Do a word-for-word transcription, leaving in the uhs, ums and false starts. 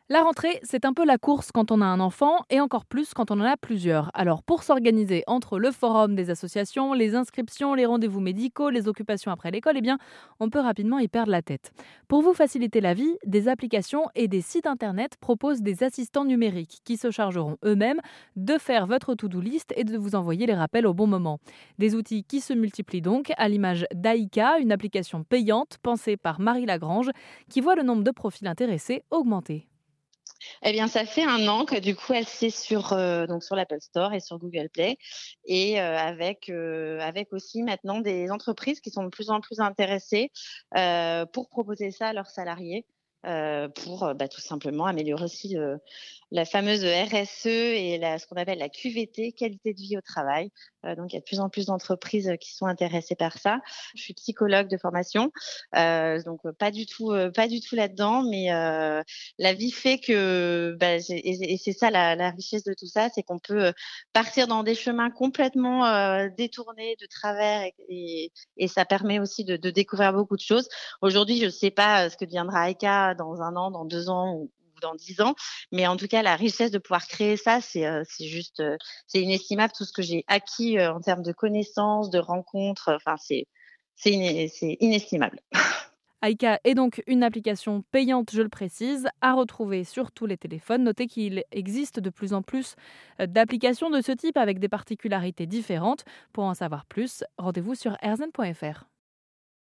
La rentrée, c'est un peu la course quand on a un enfant et encore plus quand on en a plusieurs. Alors pour s'organiser entre le forum des associations, les inscriptions, les rendez-vous médicaux, les occupations après l'école, eh bien, on peut rapidement y perdre la tête. Pour vous faciliter la vie, des applications et des sites internet proposent des assistants numériques qui se chargeront eux-mêmes de faire votre to-do list et de vous envoyer les rappels au bon moment. Des outils qui se multiplient donc, à l'image d'Aïka, une application payante pensée par Marie Lagrange qui voit le nombre de profils intéressés augmenter. Eh bien, ça fait un an que du coup, elle s'est sur, heu, donc sur l'Apple Store et sur Google Play et heu, avec, heu, avec aussi maintenant des entreprises qui sont de plus en plus intéressées, heu, pour proposer ça à leurs salariés, heu, pour, heu, bah, tout simplement améliorer aussi, heu, la fameuse R S E et la ce qu'on appelle la Q V T, qualité de vie au travail. Heu, donc il y a de plus en plus d'entreprises, heu, qui sont intéressées par ça. Je suis psychologue de formation, heu, donc heu, pas du tout, heu, pas du tout là-dedans, mais heu la vie fait que, bah, j'ai et et c'est ça la la richesse de tout ça, c'est qu'on peut, heu, partir dans des chemins complètement, heu, détournés, de travers et et et ça permet aussi de de découvrir beaucoup de choses. Aujourd'hui, je ne sais pas, heu, ce que deviendra Aika dans un an, dans deux ans ou ou dans dix ans, mais en tout cas, la richesse de pouvoir créer ça, c'est, heu, c'est juste, heu, c'est inestimable tout ce que j'ai acquis, heu, en termes de connaissances, de rencontres, enfin c'est c'est iné c'est inestimable. Aïka est donc une application payante, je le précise, à retrouver sur tous les téléphones. Notez qu'il existe de plus en plus euh, d'applications de ce type avec des particularités différentes. Pour en savoir plus, rendez-vous sur erzen point f r.